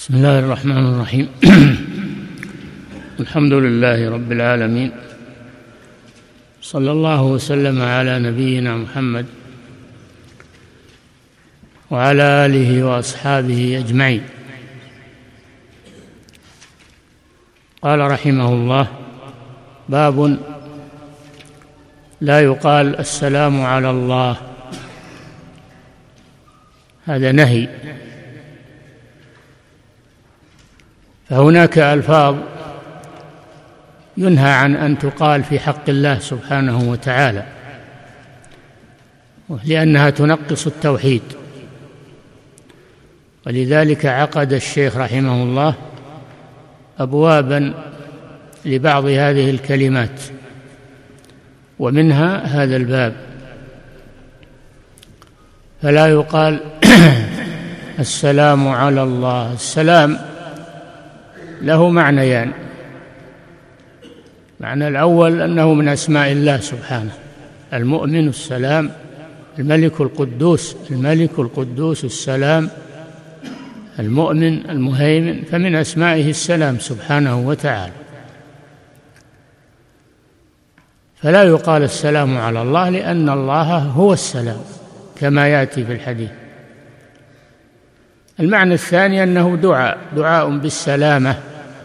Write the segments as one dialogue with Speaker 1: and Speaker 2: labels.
Speaker 1: بسم الله الرحمن الرحيم. الحمد لله رب العالمين، صلى الله وسلم على نبينا محمد وعلى آله وأصحابه أجمعين. قال رحمه الله: باب لا يقال السلام على الله. هذا نهي. فهناك ألفاظ ينهى عن أن تقال في حق الله سبحانه وتعالى، لأنها تنقص التوحيد، ولذلك عقد الشيخ رحمه الله أبوابا لبعض هذه الكلمات، ومنها هذا الباب. فلا يقال السلام على الله. السلام له معنيان: معنى الأول أنه من أسماء الله سبحانه، المؤمن السلام، الملك القدوس، الملك القدوس السلام، المؤمن المهيمن، فمن أسمائه السلام سبحانه وتعالى. فلا يقال السلام على الله، لأن الله هو السلام كما يأتي في الحديث. المعنى الثاني أنه دعاء بالسلامة،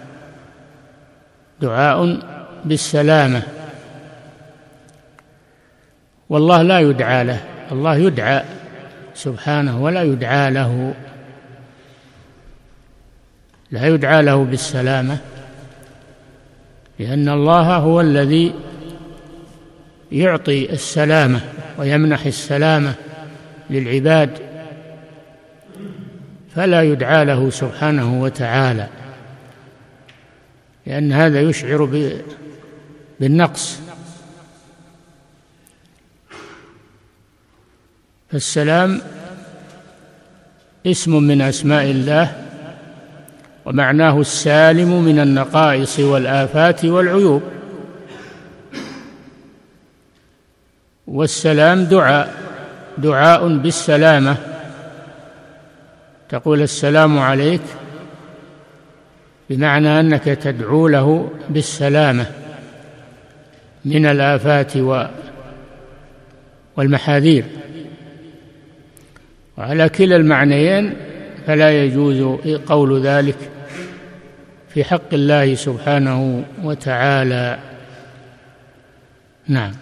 Speaker 1: دعاء بالسلامة، والله لا يدعى له، الله يدعى سبحانه ولا يدعى له، لا يدعى له بالسلامة، لأن الله هو الذي يعطي السلامة ويمنح السلامة للعباد، فلا يدعى له سبحانه وتعالى، لأن هذا يشعر بالنقص. فالسلام اسم من أسماء الله، ومعناه السالم من النقائص والآفات والعيوب. والسلام دعاء بالسلامة، تقول السلام عليك بمعنى أنك تدعو له بالسلامة من الآفات والمحاذير، وعلى كلا المعنيين فلا يجوز قول ذلك في حق الله سبحانه وتعالى. نعم.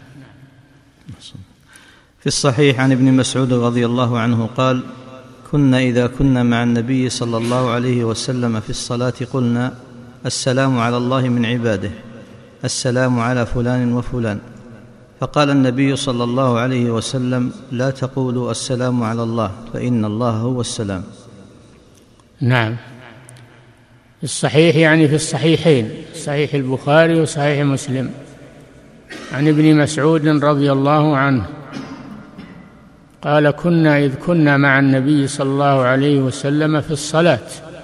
Speaker 2: في الصحيح عن ابن مسعود رضي الله عنه قال: كنا إذا كنا مع النبي صلى الله عليه وسلم في الصلاة قلنا: السلام على الله من عباده، السلام على فلان وفلان. فقال النبي صلى الله عليه وسلم: لا تقولوا السلام على الله، فإن الله هو السلام.
Speaker 1: نعم. في الصحيح يعني في الصحيحين، صحيح البخاري وصحيح مسلم، عن ابن مسعود رضي الله عنه قال: كنا إذ كنا مع النبي صلى الله عليه وسلم في الصلاة.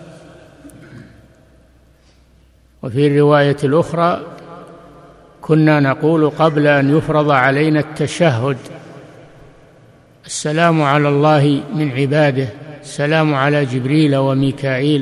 Speaker 1: وفي الرواية الأخرى: كنا نقول قبل أن يفرض علينا التشهد: السلام على الله من عباده، السلام على جبريل وميكائيل.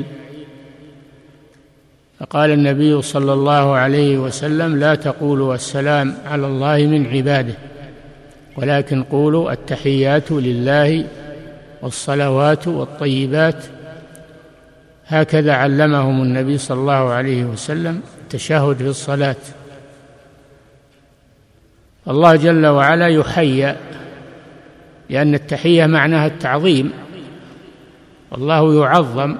Speaker 1: فقال النبي صلى الله عليه وسلم: لا تقولوا السلام على الله من عباده، ولكن قولوا التحيات لله والصلوات والطيبات. هكذا علمهم النبي صلى الله عليه وسلم التشهد في الصلاة. الله جل وعلا يحيى، لأن التحية معناها التعظيم، والله يعظم.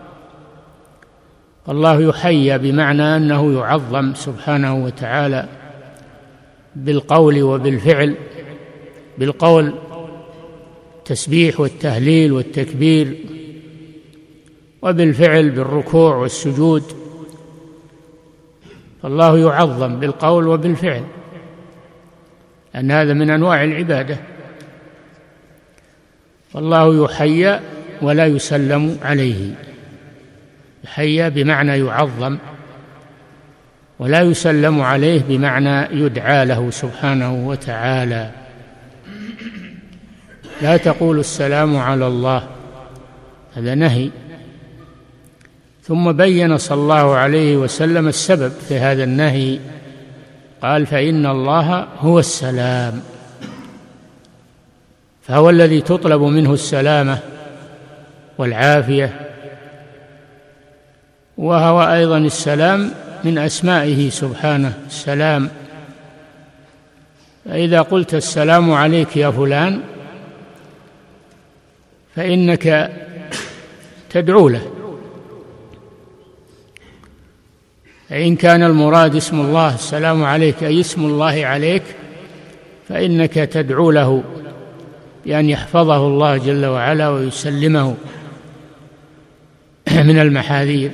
Speaker 1: الله يحيى بمعنى أنه يعظم سبحانه وتعالى بالقول وبالفعل. بالقول التسبيح والتهليل والتكبير، وبالفعل بالركوع والسجود. فالله يعظم بالقول وبالفعل، لأن هذا من أنواع العبادة. فالله يحيى ولا يسلم عليه. يحيى بمعنى يعظم، ولا يسلم عليه بمعنى يدعى له سبحانه وتعالى. لا تقول السلام على الله، هذا نهي. ثم بين صلى الله عليه وسلم السبب في هذا النهي، قال: فإن الله هو السلام، فهو الذي تطلب منه السلامة والعافية، وهو أيضا السلام من أسمائه سبحانه السلام. فإذا قلت السلام عليك يا فلان فإنك تدعو له، فإن كان المراد اسم الله السلام عليك أي اسم الله عليك فإنك تدعو له بأن يحفظه الله جل وعلا ويسلمه من المحاذير.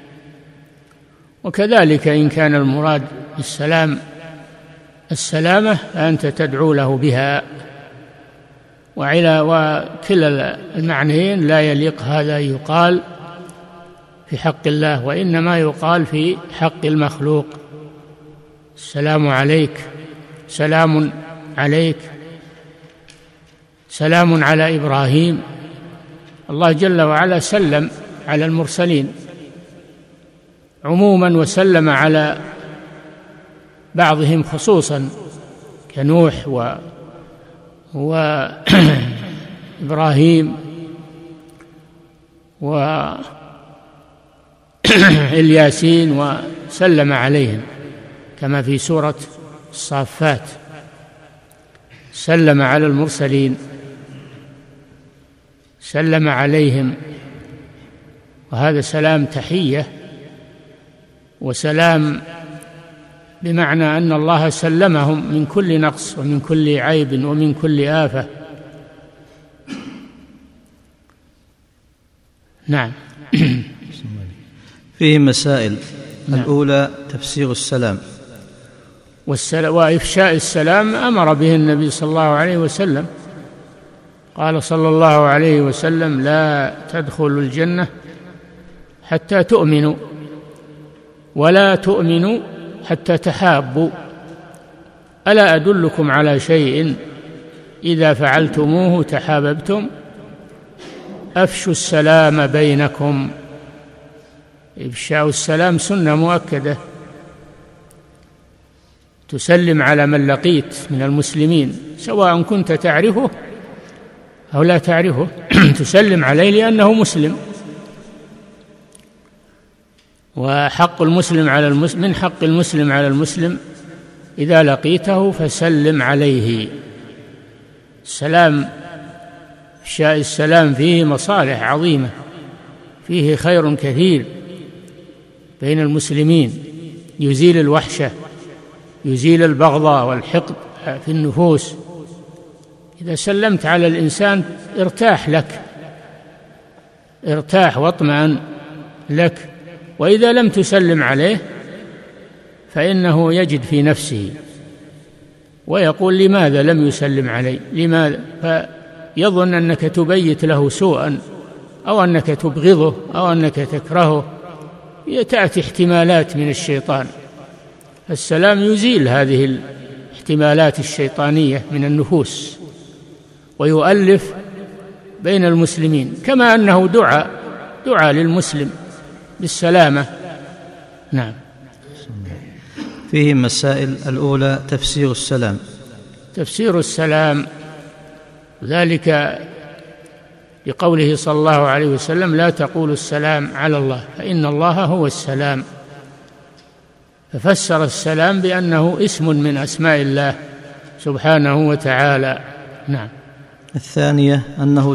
Speaker 1: وكذلك إن كان المراد السلامة فأنت تدعو له بها، وكلا المعنيين لا يليق هذا يقال في حق الله، وإنما يقال في حق المخلوق. السلام عليك، سلام عليك، سلام على إبراهيم. الله جل وعلا سلم على المرسلين عموما، وسلم على بعضهم خصوصا كنوح وإبراهيم والياسين، وسلم عليهم كما في سورة الصافات، سلم على المرسلين، سلم عليهم، وهذا سلام تحية، وسلام بمعنى أن الله سلمهم من كل نقص ومن كل عيب ومن كل آفة. نعم.
Speaker 2: فيه مسائل. الأولى تفسير السلام،
Speaker 1: وإفشاء السلام أمر به النبي صلى الله عليه وسلم، قال صلى الله عليه وسلم: لا تدخلوا الجنة حتى تؤمنوا، ولا تؤمنوا حتى تحابوا، ألا أدلكم على شيء إذا فعلتموه تحاببتم؟ أفشوا السلام بينكم. إفشاء السلام سنة مؤكدة، تسلم على من لقيت من المسلمين سواء كنت تعرفه أو لا تعرفه تسلم عليه لأنه مسلم، وحق المسلم على المسلم، من حق المسلم على المسلم إذا لقيته فسلم عليه. السلام، إفشاء السلام فيه مصالح عظيمة، فيه خير كثير بين المسلمين، يزيل الوحشة، يزيل البغضاء والحقد في النفوس. إذا سلمت على الإنسان ارتاح لك، ارتاح واطمئن لك، وإذا لم تسلم عليه فإنه يجد في نفسه ويقول: لماذا لم يسلم علي؟ لماذا؟ فيظن أنك تبيت له سوءا، أو أنك تبغضه، أو أنك تكرهه، تأتي احتمالات من الشيطان. السلام يزيل هذه الاحتمالات الشيطانية من النفوس ويؤلف بين المسلمين، كما أنه دعاء للمسلم بالسلامة. نعم.
Speaker 2: فيه مسائل. الأولى تفسير السلام.
Speaker 1: تفسير السلام ذلك لقوله صلى الله عليه وسلم: لا تقولوا السلام على الله فإن الله هو السلام، ففسر السلام بأنه اسم من أسماء الله سبحانه وتعالى. نعم.
Speaker 2: الثانية أنه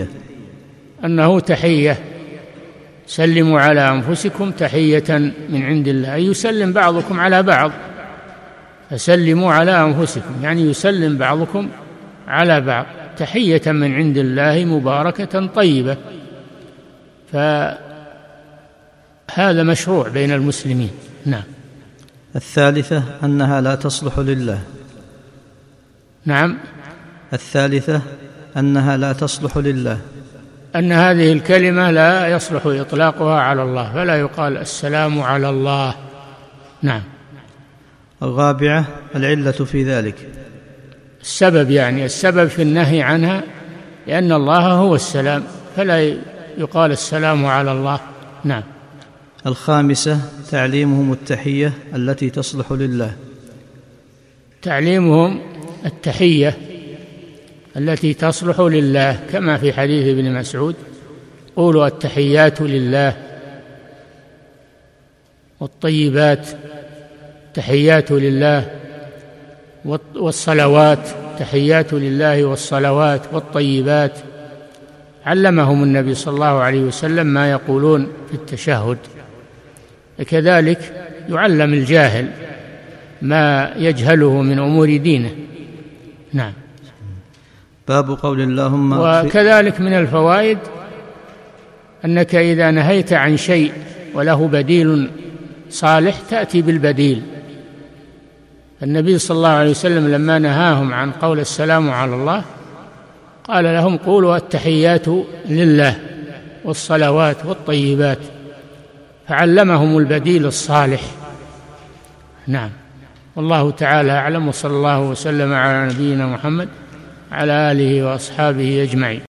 Speaker 2: تحية، سلموا على أنفسكم تحية من عند الله، أي يسلم بعضكم على بعض، فسلموا على أنفسكم يعني يسلم بعضكم على بعض تحية من عند الله مباركة طيبة، فهذا مشروع بين المسلمين. نعم. الثالثة أنها لا تصلح لله.
Speaker 1: نعم.
Speaker 2: الثالثة أنها لا تصلح لله،
Speaker 1: أن هذه الكلمة لا يصلح إطلاقها على الله، فلا يقال السلام على الله. نعم.
Speaker 2: الرابعة العلة في ذلك،
Speaker 1: السبب، يعني السبب في النهي عنها، لأن الله هو السلام، فلا يقال السلام على الله. نعم.
Speaker 2: الخامسة تعليمهم التحية التي تصلح لله.
Speaker 1: تعليمهم التحية التي تصلح لله كما في حديث ابن مسعود: قولوا التحيات لله والطيبات تحيات لله، والصلوات تحيات لله والصلوات والطيبات. علمهم النبي صلى الله عليه وسلم ما يقولون في التشهد، كذلك يعلم الجاهل ما يجهله من أمور دينه. نعم.
Speaker 2: باب قول اللهم.
Speaker 1: وكذلك من الفوائد أنك إذا نهيت عن شيء وله بديل صالح تأتي بالبديل. النبي صلى الله عليه وسلم لما نهاهم عن قول السلام على الله قال لهم: قولوا التحيات لله والصلوات والطيبات، فعلمهم البديل الصالح. نعم. والله تعالى أعلم، وصلى الله وسلم على نبينا محمد على آله وأصحابه أجمعين.